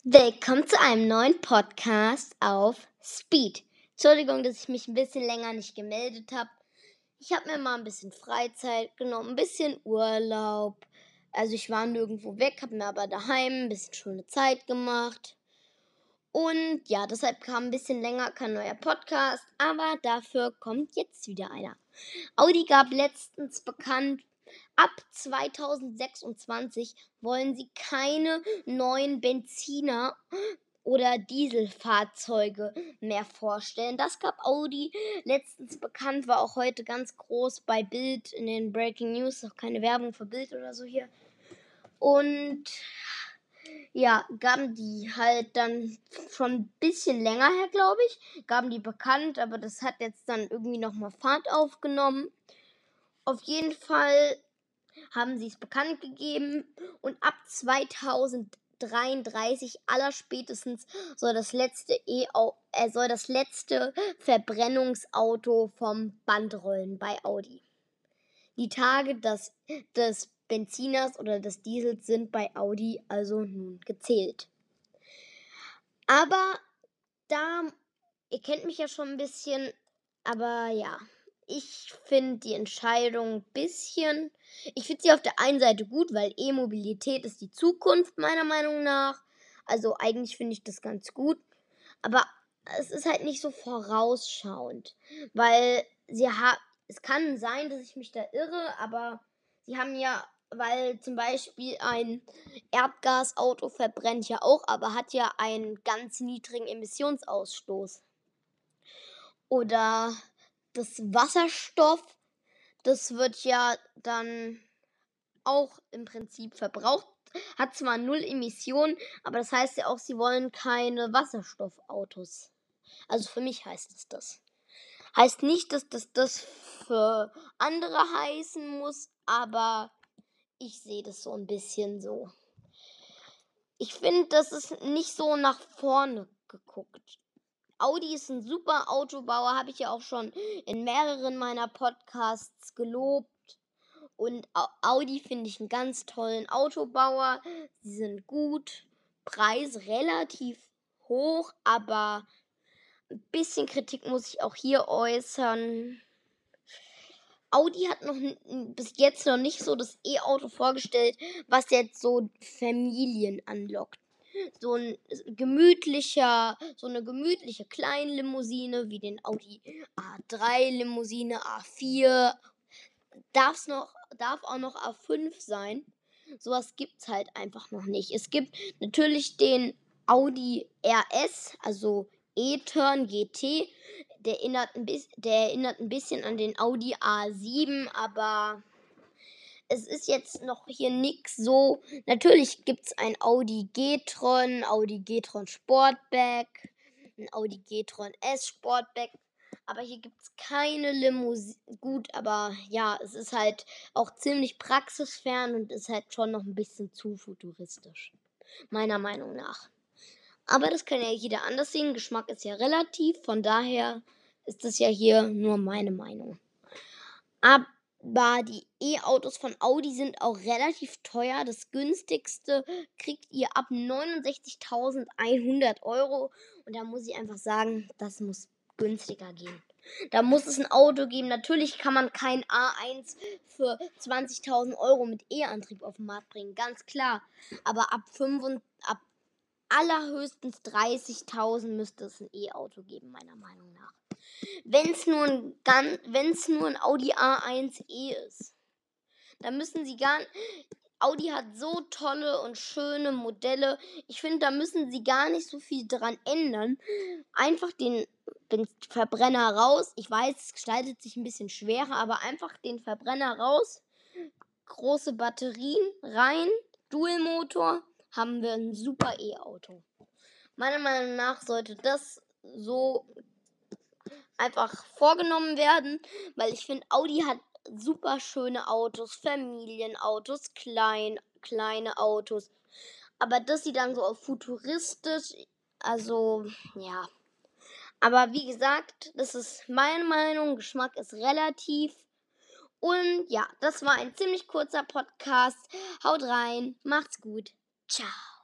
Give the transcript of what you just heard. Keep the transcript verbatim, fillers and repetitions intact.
Willkommen zu einem neuen Podcast auf Speed. Entschuldigung, dass ich mich ein bisschen länger nicht gemeldet habe. Ich habe mir mal ein bisschen Freizeit genommen, ein bisschen Urlaub. Also ich war nirgendwo weg, habe mir aber daheim ein bisschen schöne Zeit gemacht. Und ja, deshalb kam ein bisschen länger kein neuer Podcast, aber dafür kommt jetzt wieder einer. Audi gab letztens bekannt, ab zweitausendsechsundzwanzig wollen sie keine neuen Benziner oder Dieselfahrzeuge mehr vorstellen. Das gab Audi letztens bekannt, war auch heute ganz groß bei Bild in den Breaking News, auch keine Werbung für Bild oder so hier. Und ja, gaben die halt dann schon ein bisschen länger her, glaube ich, gaben die bekannt, aber das hat jetzt dann irgendwie nochmal Fahrt aufgenommen. Auf jeden Fall haben sie es bekannt gegeben und ab zweitausenddreiunddreißig allerspätestens soll das letzte E äh, soll das letzte Verbrennungsauto vom Band rollen bei Audi. Die Tage des, des Benziners oder des Diesels sind bei Audi also nun gezählt. Aber da, ihr kennt mich ja schon ein bisschen, aber ja, ich finde die Entscheidung ein bisschen, ich finde sie auf der einen Seite gut, weil E-Mobilität ist die Zukunft meiner Meinung nach. Also eigentlich finde ich das ganz gut, aber es ist halt nicht so vorausschauend, weil sie ha es kann sein, dass ich mich da irre, aber sie haben ja, weil zum Beispiel ein Erdgasauto verbrennt ja auch, aber hat ja einen ganz niedrigen Emissionsausstoß. Oder das Wasserstoff, das wird ja dann auch im Prinzip verbraucht, hat zwar null Emissionen, aber das heißt ja auch, sie wollen keine Wasserstoffautos. Also für mich heißt es das. Heißt nicht, dass das das für andere heißen muss, aber ich sehe das so ein bisschen so. Ich finde, das ist nicht so nach vorne geguckt. Audi ist ein super Autobauer, habe ich ja auch schon in mehreren meiner Podcasts gelobt. Und Audi finde ich einen ganz tollen Autobauer. Sie sind gut, Preis relativ hoch, aber ein bisschen Kritik muss ich auch hier äußern. Audi hat noch bis jetzt noch nicht so das E-Auto vorgestellt, was jetzt so Familien anlockt. So ein gemütlicher, so eine gemütliche Kleinlimousine wie den Audi A drei Limousine, A vier. Darf's noch, darf auch noch A fünf sein. Sowas gibt's halt einfach noch nicht. Es gibt natürlich den Audi R S, also e-tron G T. Der erinnert, ein bis, der erinnert ein bisschen an den Audi A sieben, aber es ist jetzt noch hier nix so. Natürlich gibt es ein Audi G-Tron, Audi G-Tron Sportback, ein Audi G-Tron S Sportback. Aber hier gibt es keine Limousine. Gut, aber ja, es ist halt auch ziemlich praxisfern und ist halt schon noch ein bisschen zu futuristisch. Meiner Meinung nach. Aber das kann ja jeder anders sehen. Geschmack ist ja relativ. Von daher ist das ja hier nur meine Meinung. Aber die E-Autos von Audi sind auch relativ teuer. Das günstigste kriegt ihr ab neunundsechzigtausendeinhundert Euro. Und da muss ich einfach sagen, das muss günstiger gehen. Da muss es ein Auto geben. Natürlich kann man kein A eins für zwanzigtausend Euro mit E-Antrieb auf den Markt bringen, ganz klar. Aber ab, fünf, ab allerhöchstens dreißigtausend müsste es ein E-Auto geben, meiner Meinung nach. Wenn es nur, ein, nur ein Audi A eins e ist, dann müssen sie gar nicht. Audi hat so tolle und schöne Modelle. Ich finde, da müssen sie gar nicht so viel dran ändern. Einfach den, den Verbrenner raus. Ich weiß, es gestaltet sich ein bisschen schwerer, aber einfach den Verbrenner raus. Große Batterien rein. Dualmotor. Haben wir ein super E-Auto. Meiner Meinung nach sollte das so einfach vorgenommen werden, weil ich finde, Audi hat super schöne Autos, Familienautos, klein, kleine Autos. Aber das sieht dann so auf futuristisch, also ja. Aber wie gesagt, das ist meine Meinung, Geschmack ist relativ. Und ja, das war ein ziemlich kurzer Podcast. Haut rein, macht's gut. Ciao.